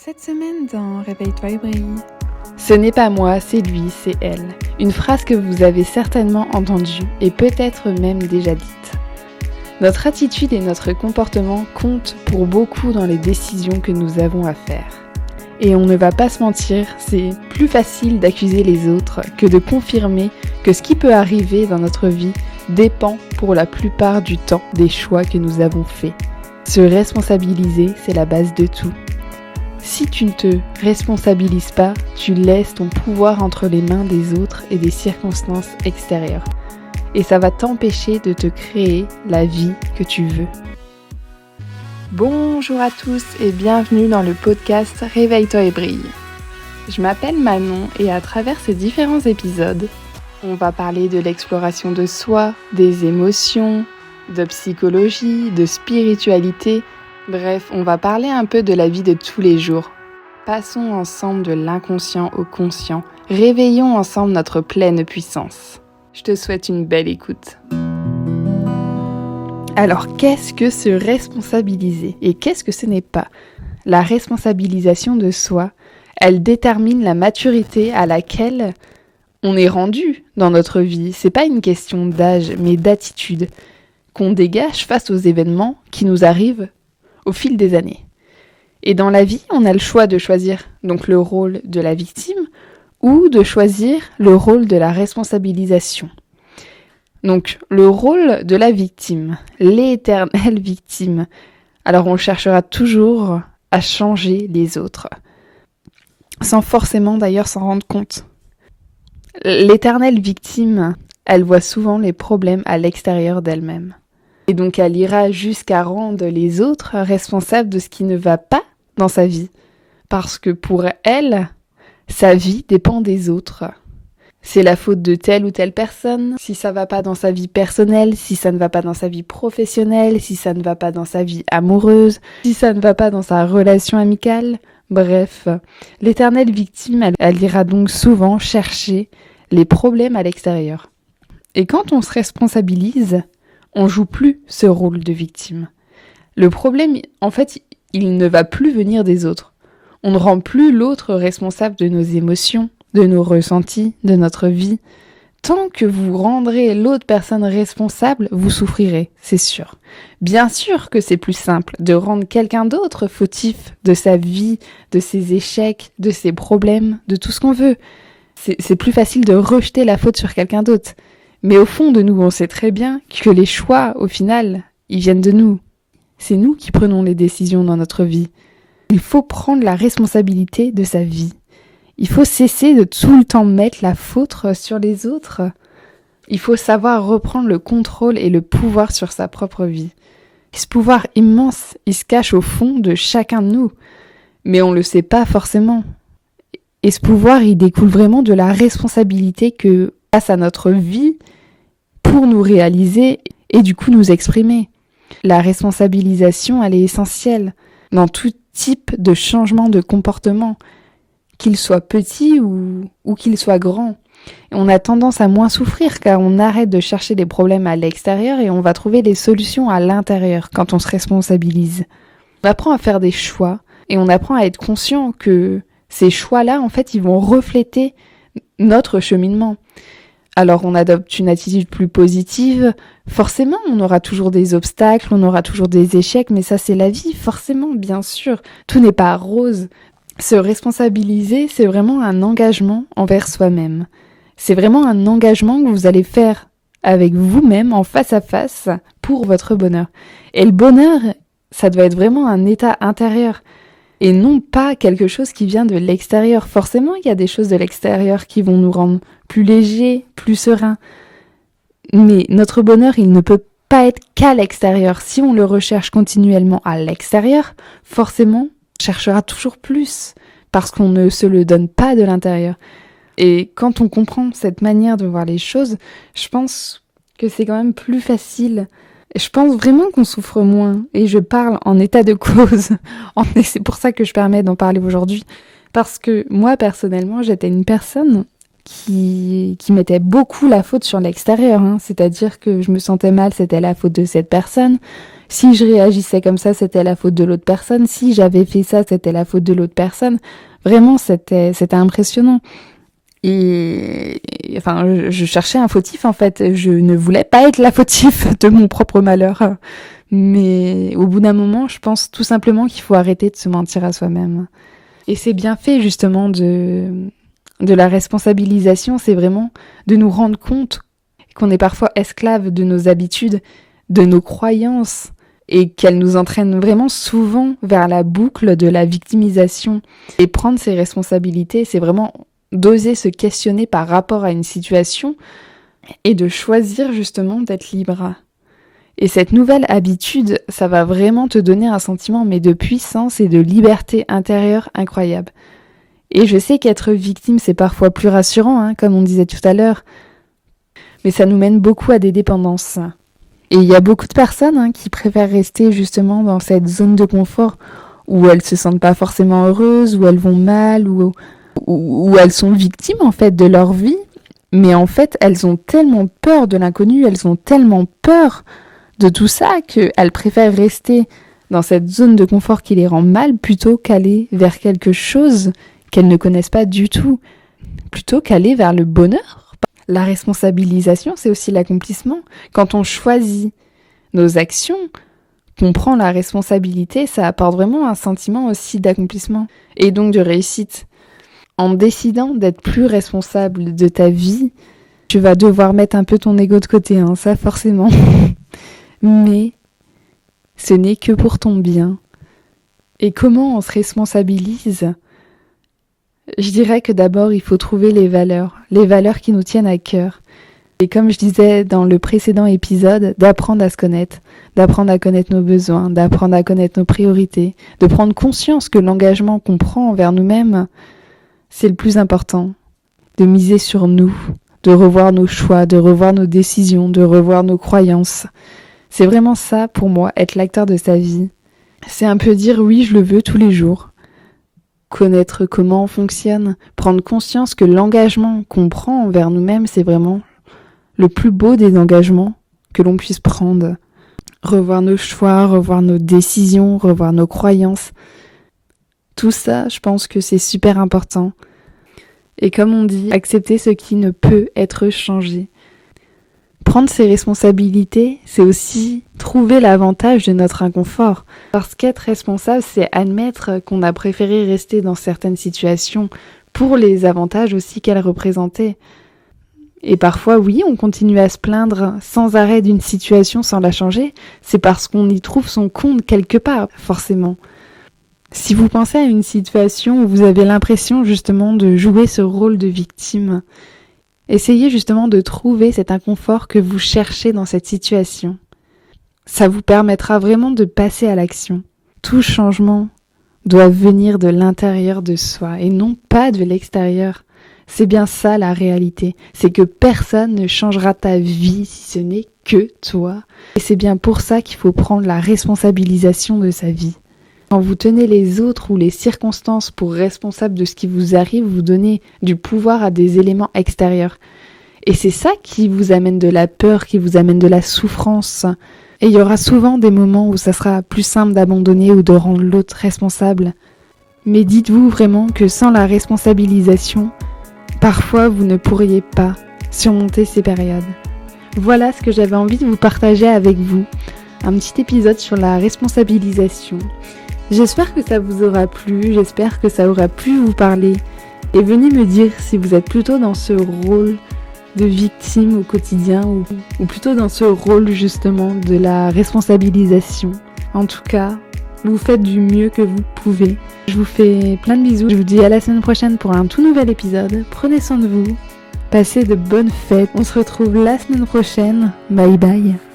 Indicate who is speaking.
Speaker 1: Cette semaine dans Réveille-toi et brille.
Speaker 2: Ce n'est pas moi, c'est lui, c'est elle. Une phrase que vous avez certainement entendue et peut-être même déjà dite. Notre attitude et notre comportement comptent pour beaucoup dans les décisions que nous avons à faire. Et on ne va pas se mentir, c'est plus facile d'accuser les autres que de confirmer que ce qui peut arriver dans notre vie dépend pour la plupart du temps des choix que nous avons faits. Se responsabiliser, c'est la base de tout. Si tu ne te responsabilises pas, tu laisses ton pouvoir entre les mains des autres et des circonstances extérieures. Et ça va t'empêcher de te créer la vie que tu veux. Bonjour à tous et bienvenue dans le podcast Réveille-toi et brille. Je m'appelle Manon et à travers ces différents épisodes, on va parler de l'exploration de soi, des émotions, de psychologie, de spiritualité. Bref, on va parler un peu de la vie de tous les jours. Passons ensemble de l'inconscient au conscient. Réveillons ensemble notre pleine puissance. Je te souhaite une belle écoute. Alors, qu'est-ce que se responsabiliser et qu'est-ce que ce n'est pas ? La responsabilisation de soi, elle détermine la maturité à laquelle on est rendu dans notre vie. C'est pas une question d'âge, mais d'attitude qu'on dégage face aux événements qui nous arrivent au fil des années. Et dans la vie, on a le choix de choisir donc le rôle de la victime ou de choisir le rôle de la responsabilisation. Donc le rôle de la victime, l'éternelle victime. Alors on cherchera toujours à changer les autres, sans forcément d'ailleurs s'en rendre compte. L'éternelle victime, elle voit souvent les problèmes à l'extérieur d'elle-même. Et donc elle ira jusqu'à rendre les autres responsables de ce qui ne va pas dans sa vie. Parce que pour elle, sa vie dépend des autres. C'est la faute de telle ou telle personne, si ça va pas dans sa vie personnelle, si ça ne va pas dans sa vie professionnelle, si ça ne va pas dans sa vie amoureuse, si ça ne va pas dans sa relation amicale. Bref, l'éternelle victime, elle ira donc souvent chercher les problèmes à l'extérieur. Et quand on se responsabilise, on joue plus ce rôle de victime. Le problème, en fait, il ne va plus venir des autres. On ne rend plus l'autre responsable de nos émotions, de nos ressentis, de notre vie. Tant que vous rendrez l'autre personne responsable, vous souffrirez, c'est sûr. Bien sûr que c'est plus simple de rendre quelqu'un d'autre fautif de sa vie, de ses échecs, de ses problèmes, de tout ce qu'on veut. C'est plus facile de rejeter la faute sur quelqu'un d'autre. Mais au fond de nous, on sait très bien que les choix, au final, ils viennent de nous. C'est nous qui prenons les décisions dans notre vie. Il faut prendre la responsabilité de sa vie. Il faut cesser de tout le temps mettre la faute sur les autres. Il faut savoir reprendre le contrôle et le pouvoir sur sa propre vie. Ce pouvoir immense, il se cache au fond de chacun de nous. Mais on ne le sait pas forcément. Et ce pouvoir, il découle vraiment de la responsabilité que face à notre vie pour nous réaliser et du coup nous exprimer. La responsabilisation, elle est essentielle dans tout type de changement de comportement, qu'il soit petit ou qu'il soit grand. Et on a tendance à moins souffrir car on arrête de chercher les problèmes à l'extérieur et on va trouver des solutions à l'intérieur quand on se responsabilise. On apprend à faire des choix et on apprend à être conscient que ces choix-là, en fait, ils vont refléter notre cheminement. Alors on adopte une attitude plus positive, forcément on aura toujours des obstacles, on aura toujours des échecs, mais ça c'est la vie, forcément, bien sûr. Tout n'est pas rose. Se responsabiliser, c'est vraiment un engagement envers soi-même. C'est vraiment un engagement que vous allez faire avec vous-même en face à face pour votre bonheur. Et le bonheur, ça doit être vraiment un état intérieur. Et non pas quelque chose qui vient de l'extérieur. Forcément, il y a des choses de l'extérieur qui vont nous rendre plus légers, plus sereins. Mais notre bonheur, il ne peut pas être qu'à l'extérieur. Si on le recherche continuellement à l'extérieur, forcément, on cherchera toujours plus. Parce qu'on ne se le donne pas de l'intérieur. Et quand on comprend cette manière de voir les choses, je pense que c'est quand même plus facile. Je pense vraiment qu'on souffre moins, et je parle en état de cause, et c'est pour ça que je permets d'en parler aujourd'hui, parce que moi personnellement j'étais une personne qui mettait beaucoup la faute sur l'extérieur, hein. C'est-à-dire que je me sentais mal, c'était la faute de cette personne. Si je réagissais comme ça, c'était la faute de l'autre personne. Si j'avais fait ça, c'était la faute de l'autre personne. Vraiment, c'était impressionnant. Et enfin, je cherchais un fautif, en fait. Je ne voulais pas être la fautif de mon propre malheur. Mais au bout d'un moment, je pense tout simplement qu'il faut arrêter de se mentir à soi-même. Et c'est bien fait, justement, de la responsabilisation. C'est vraiment de nous rendre compte qu'on est parfois esclave de nos habitudes, de nos croyances, et qu'elles nous entraînent vraiment souvent vers la boucle de la victimisation. Et prendre ses responsabilités, c'est vraiment d'oser se questionner par rapport à une situation et de choisir justement d'être libre. Et cette nouvelle habitude, ça va vraiment te donner un sentiment de puissance et de liberté intérieure incroyable. Et je sais qu'être victime, c'est parfois plus rassurant, hein, comme on disait tout à l'heure, mais ça nous mène beaucoup à des dépendances. Et il y a beaucoup de personnes qui préfèrent rester justement dans cette zone de confort où elles se sentent pas forcément heureuses, où elles vont mal, où elles sont victimes en fait de leur vie, mais en fait elles ont tellement peur de l'inconnu, elles ont tellement peur de tout ça qu'elles préfèrent rester dans cette zone de confort qui les rend mal plutôt qu'aller vers quelque chose qu'elles ne connaissent pas du tout, plutôt qu'aller vers le bonheur. La responsabilisation, c'est aussi l'accomplissement. Quand on choisit nos actions, qu'on prend la responsabilité, ça apporte vraiment un sentiment aussi d'accomplissement et donc de réussite. En décidant d'être plus responsable de ta vie, tu vas devoir mettre un peu ton ego de côté, hein, ça forcément. Mais ce n'est que pour ton bien. Et comment on se responsabilise ? Je dirais que d'abord, il faut trouver les valeurs qui nous tiennent à cœur. Et comme je disais dans le précédent épisode, d'apprendre à se connaître, d'apprendre à connaître nos besoins, d'apprendre à connaître nos priorités, de prendre conscience que l'engagement qu'on prend envers nous-mêmes, c'est le plus important. De miser sur nous, de revoir nos choix, de revoir nos décisions, de revoir nos croyances. C'est vraiment ça, pour moi, être l'acteur de sa vie. C'est un peu dire oui, je le veux tous les jours. Connaître comment on fonctionne, prendre conscience que l'engagement qu'on prend envers nous-mêmes, c'est vraiment le plus beau des engagements que l'on puisse prendre. Revoir nos choix, revoir nos décisions, revoir nos croyances. Tout ça, je pense que c'est super important. Et comme on dit, accepter ce qui ne peut être changé. Prendre ses responsabilités, c'est aussi trouver l'avantage de notre inconfort. Parce qu'être responsable, c'est admettre qu'on a préféré rester dans certaines situations pour les avantages aussi qu'elles représentaient. Et parfois, oui, on continue à se plaindre sans arrêt d'une situation sans la changer. C'est parce qu'on y trouve son compte quelque part, forcément. Si vous pensez à une situation où vous avez l'impression justement de jouer ce rôle de victime, essayez justement de trouver cet inconfort que vous cherchez dans cette situation. Ça vous permettra vraiment de passer à l'action. Tout changement doit venir de l'intérieur de soi et non pas de l'extérieur. C'est bien ça la réalité. C'est que personne ne changera ta vie si ce n'est que toi. Et c'est bien pour ça qu'il faut prendre la responsabilisation de sa vie. Quand vous tenez les autres ou les circonstances pour responsables de ce qui vous arrive, vous donnez du pouvoir à des éléments extérieurs. Et c'est ça qui vous amène de la peur, qui vous amène de la souffrance. Et il y aura souvent des moments où ça sera plus simple d'abandonner ou de rendre l'autre responsable. Mais dites-vous vraiment que sans la responsabilisation, parfois vous ne pourriez pas surmonter ces périodes. Voilà ce que j'avais envie de vous partager avec vous. Un petit épisode sur la responsabilisation. J'espère que ça vous aura plu, j'espère que ça aura pu vous parler. Et venez me dire si vous êtes plutôt dans ce rôle de victime au quotidien ou plutôt dans ce rôle justement de la responsabilisation. En tout cas, vous faites du mieux que vous pouvez. Je vous fais plein de bisous. Je vous dis à la semaine prochaine pour un tout nouvel épisode. Prenez soin de vous. Passez de bonnes fêtes. On se retrouve la semaine prochaine. Bye bye.